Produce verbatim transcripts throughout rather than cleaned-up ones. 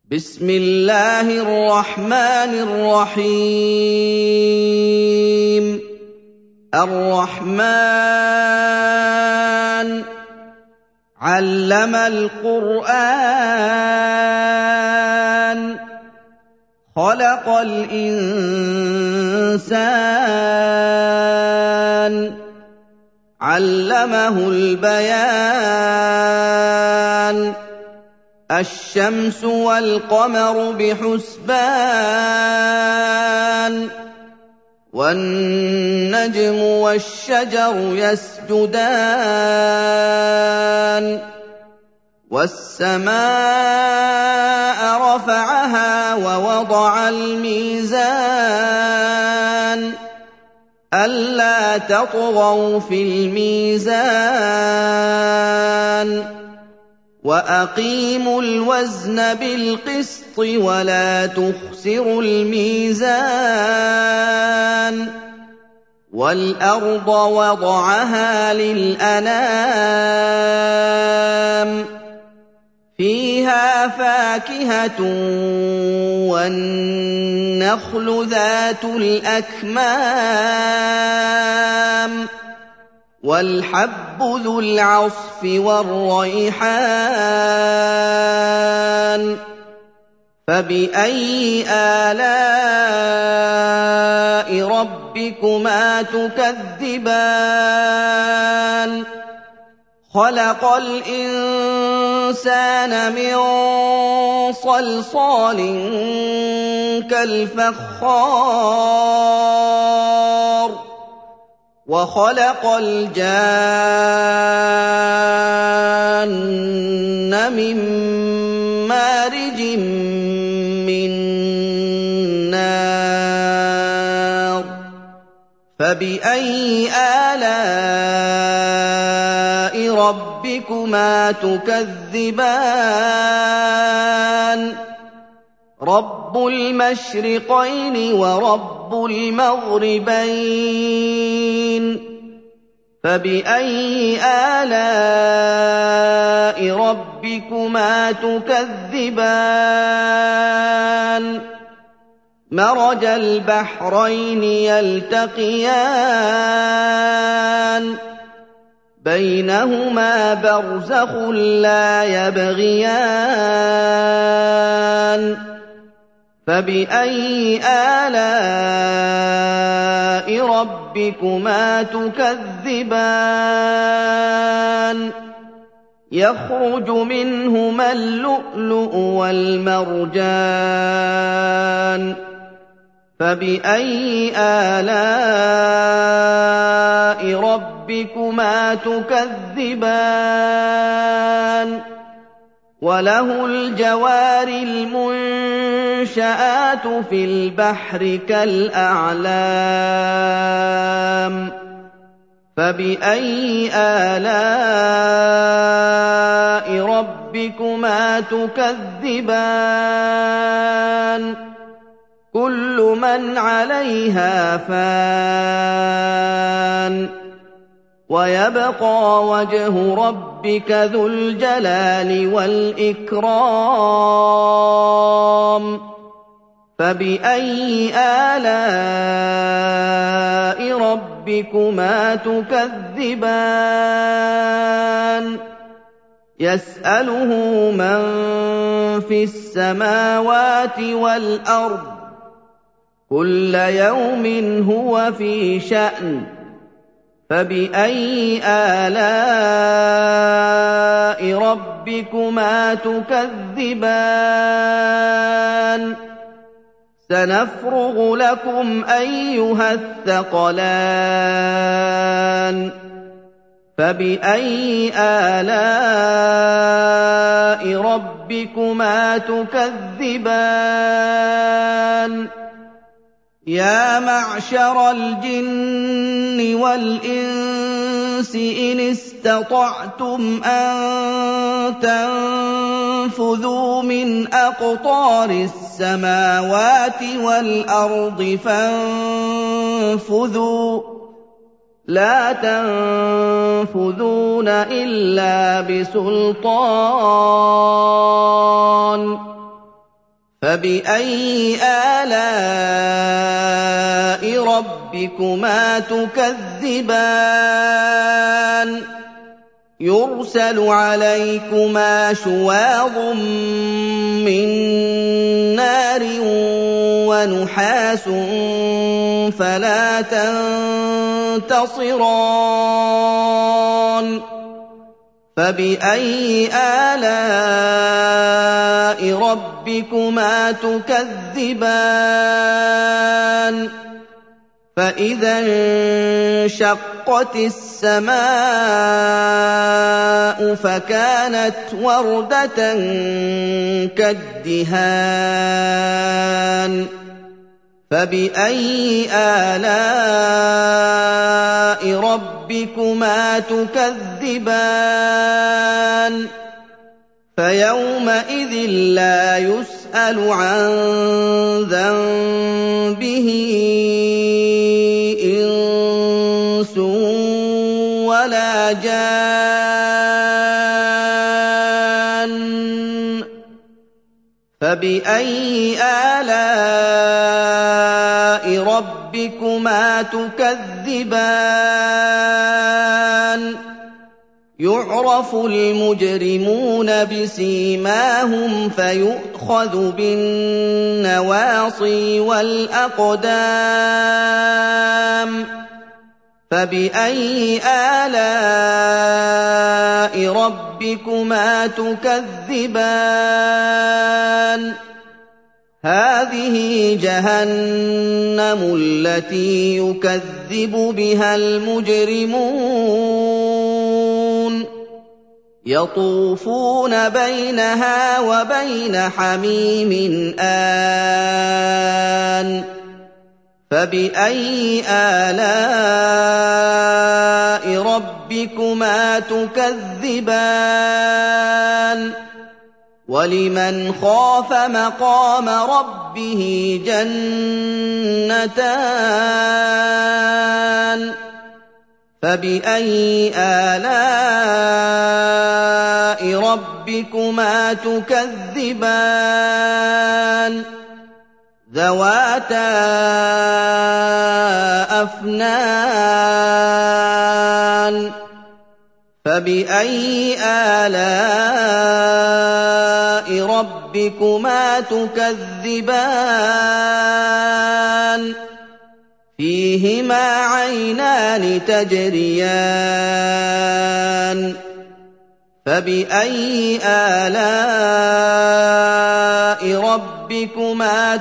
بسم الله الرحمن الرحيم الرحمن علم القرآن خلق الإنسان علمه البيان الشمس والقمر بحسبان والنجم والشجر يسجدان والسماء رفعها ووضع الميزان ألا تطغوا في الميزان وأقيموا الوزن بالقسط ولا تخسروا الميزان والأرض وضعها للأنام فيها فاكهة والنخل ذات الأكمام والحب ذو العصف والريحان فبأي آلاء ربكما تكذبان خلق الإنسان من صلصال كالفخار وخلق الجان من مارج من نار فبأي آلاء ربكما تكذبان رب المشرقين ورب المغربين فبأي آلاء ربكما تكذبان مرج البحرين يلتقيان بينهما برزخ لا يبغيان فبأي آلاء ربكما تكذبان يخرج منهما اللؤلؤ والمرجان فبأي آلاء ربكما تكذبان وله الجوار المنشآت في البحر كالأعلام فبأي آلاء ربكما تكذبان كل من عليها فان ويبقى وجه ربك ذو الجلال والإكرام فبأي آلاء ربكما تكذبان يسأله من في السماوات والأرض كل يوم هو في شأن فبأي آلاء ربكما تكذبان سنفرغ لكم أيها الثقلان فبأي آلاء ربكما تكذبان يا معشر الجن والإنس إن استطعتم أن تنفذوا من أقطار السماوات والأرض فانفذوا لا تنفذون إلا بسلطان فَبِأَيِّ آلَاءِ رَبِّكُمَا تُكَذِّبَانِ يُرْسَلُ عَلَيْكُمَا شُوَاظٌ مِّن نَّارٍ وَنُحَاسٌ فَلَا تَنتَصِرَانِ فَبِأَيِّ آلَاءِ رَبِّكُمَا تُكَذِّبَانِ فَإِذَا انشَقَّتِ السَّمَاءُ فَكَانَتْ وَرْدَةً كَالدِّهَانِ فَبِأَيِّ آلَاءِ رَبِّكُمَا تُكَذِّبَانِ فَيَوْمَئِذٍ لَّا يُسْأَلُ عَن ذَنبِهِ إِنسٌ وَلَا جَانٌّ فَبِأَيِّ آلَاءِ رَبِّكُمَا تُكَذِّبَانِ يُعْرَفُ الْمُجْرِمُونَ بِسِيمَاهُمْ فَيُؤْخَذُ بِالنَّوَاصِي وَالْأَقْدَامِ فَبِأَيِّ آلَاءِ رَبِّكُمَا تُكَذِّبَانِ هَٰذِهِ جَهَنَّمُ الَّتِي يُكَذِّبُ بِهَا الْمُجْرِمُونَ يَطُوفُونَ بَيْنَهَا وَبَيْنَ حَمِيمٍ آنٍ فَبِأَيِّ آلَاءِ رَبِّكُمَا تُكَذِّبَانِ وَلِمَنْ خَافَ مَقَامَ رَبِّهِ جَنَّتَانِ فَبِأَيِّ آلَاءِ رَبِّكُمَا تُكَذِّبَانِ ذَوَاتَا أَفْنَانٍ فَبِأَيِّ آلَاءِ رَبِّكُمَا تُكَذِّبَانِ فِيهِمَا عَيْنَانِ تَجْرِيَانِ فَبِأَيِّ آلَاءِ رَبِّكُمَا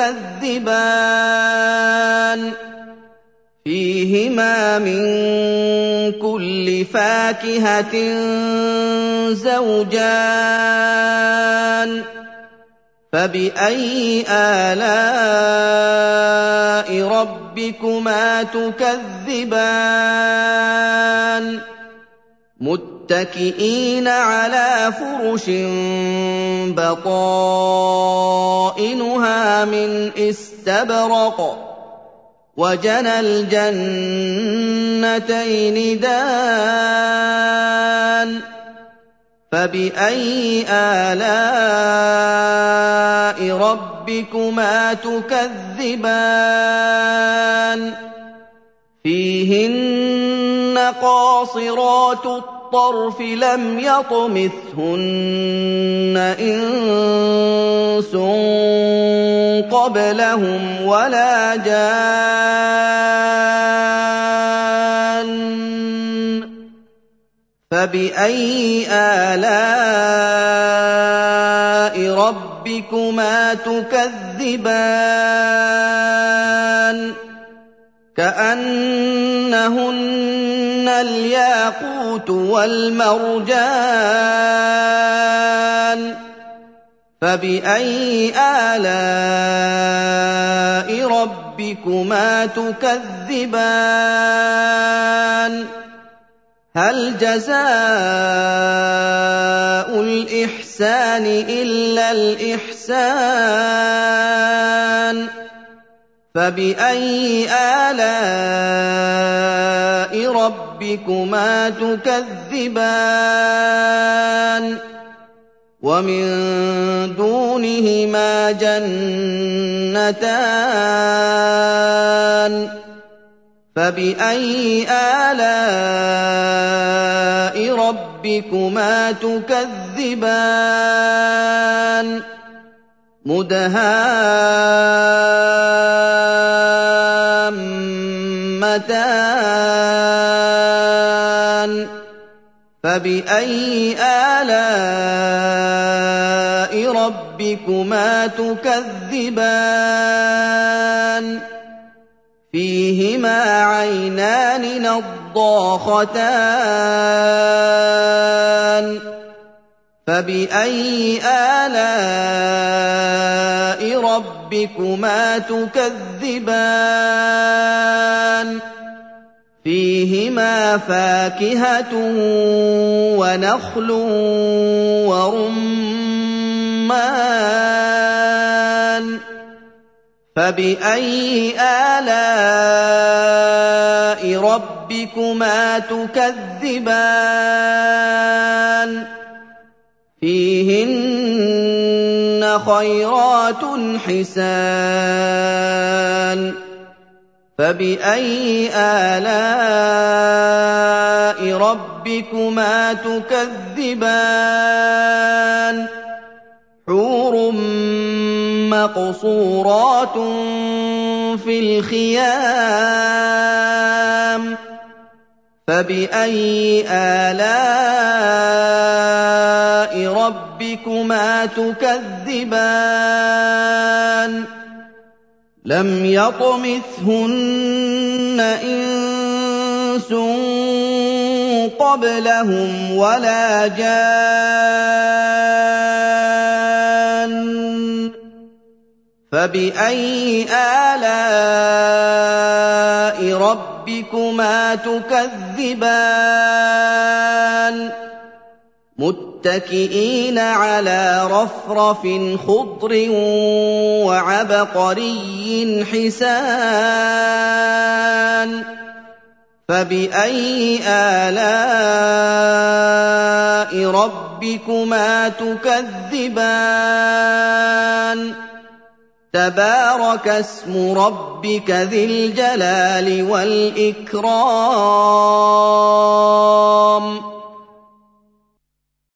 تُكَذِّبَانِ فِيهِمَا مِن كُلِّ فَاكِهَةٍ زَوْجَانِ فَبِأَيِّ آلَاءِ رَبِّكُمَا تُكَذِّبَانِ مُتَّكِئِينَ عَلَىٰ فُرُشٍ بَطَائِنُهَا مِنْ إِسْتَبْرَقٍ وَجَنَى الْجَنَّتَيْنِ دَانٍ فَبِأَيِّ آلَاءِ رَبِّكُمَا تُكَذِّبَانِ فِيهِنَّ قَاصِرَاتُ الطَّرْفِ لَمْ يَطْمِثْهُنَّ إِنسٌ قَبْلَهُمْ وَلَا جَانٌّ فَبِأَيِّ آلَاءِ رَبِّكُمَا تُكَذِّبَانِ كَأَنَّهُنَّ الْيَاقُوتُ وَالْمَرْجَانُ فَبِأَيِّ آلَاءِ رَبِّكُمَا تُكَذِّبَانِ هَلْ جَزَاءُ الْإِحْسَانِ إِلَّا الْإِحْسَانُ فَبِأَيِّ آلَاءِ رَبِّكُمَا تُكَذِّبَانِ وَمِن دُونِهِمَا جَنَّتَانِ فَبِأَيِّ آلَاءِ رَبِّكُمَا تُكَذِّبَانِ مُدْهَامَّتَانِ فَبِأَيِّ آلَاءِ رَبِّكُمَا تُكَذِّبَانِ فِيهِمَا عَيْنَانِ نَضَّاخَتَانِ فَبِأَيِّ آلَاءِ رَبِّكُمَا تُكَذِّبَانِ فِيهِمَا فَاكِهَةٌ وَنَخْلٌ وَرُمَّانٌ فَبِأَيِّ آلَاءِ رَبِّكُمَا تُكَذِّبَانِ فِيهِنَّ خَيْرَاتٌ حِسَانٌ فَبِأَيِّ آلَاءِ رَبِّكُمَا تُكَذِّبَانِ حُورٌ مَّقْصُورَاتٌ فِي الْخِيَامِ فَبِأَيِّ آلَاءِ رَبِّكُمَا تُكَذِّبَانِ لَمْ يَطْمِثْهُنَّ إِنسٌ قَبْلَهُمْ وَلَا جَانٌّ فَبِأَيِّ آلَاءِ رَبِّكُمَا تُكَذِّبَانِ مُتَّكِئِينَ عَلَىٰ رَفْرَفٍ خُضْرٍ وَعَبْقَرِيٍّ حِسَانٍ فَبِأَيِّ آلَاءِ رَبِّكُمَا تُكَذِّبَانِ تَبَارَكَ اسْمُ رَبِّكَ ذِي الْجَلَالِ وَالْإِكْرَامِ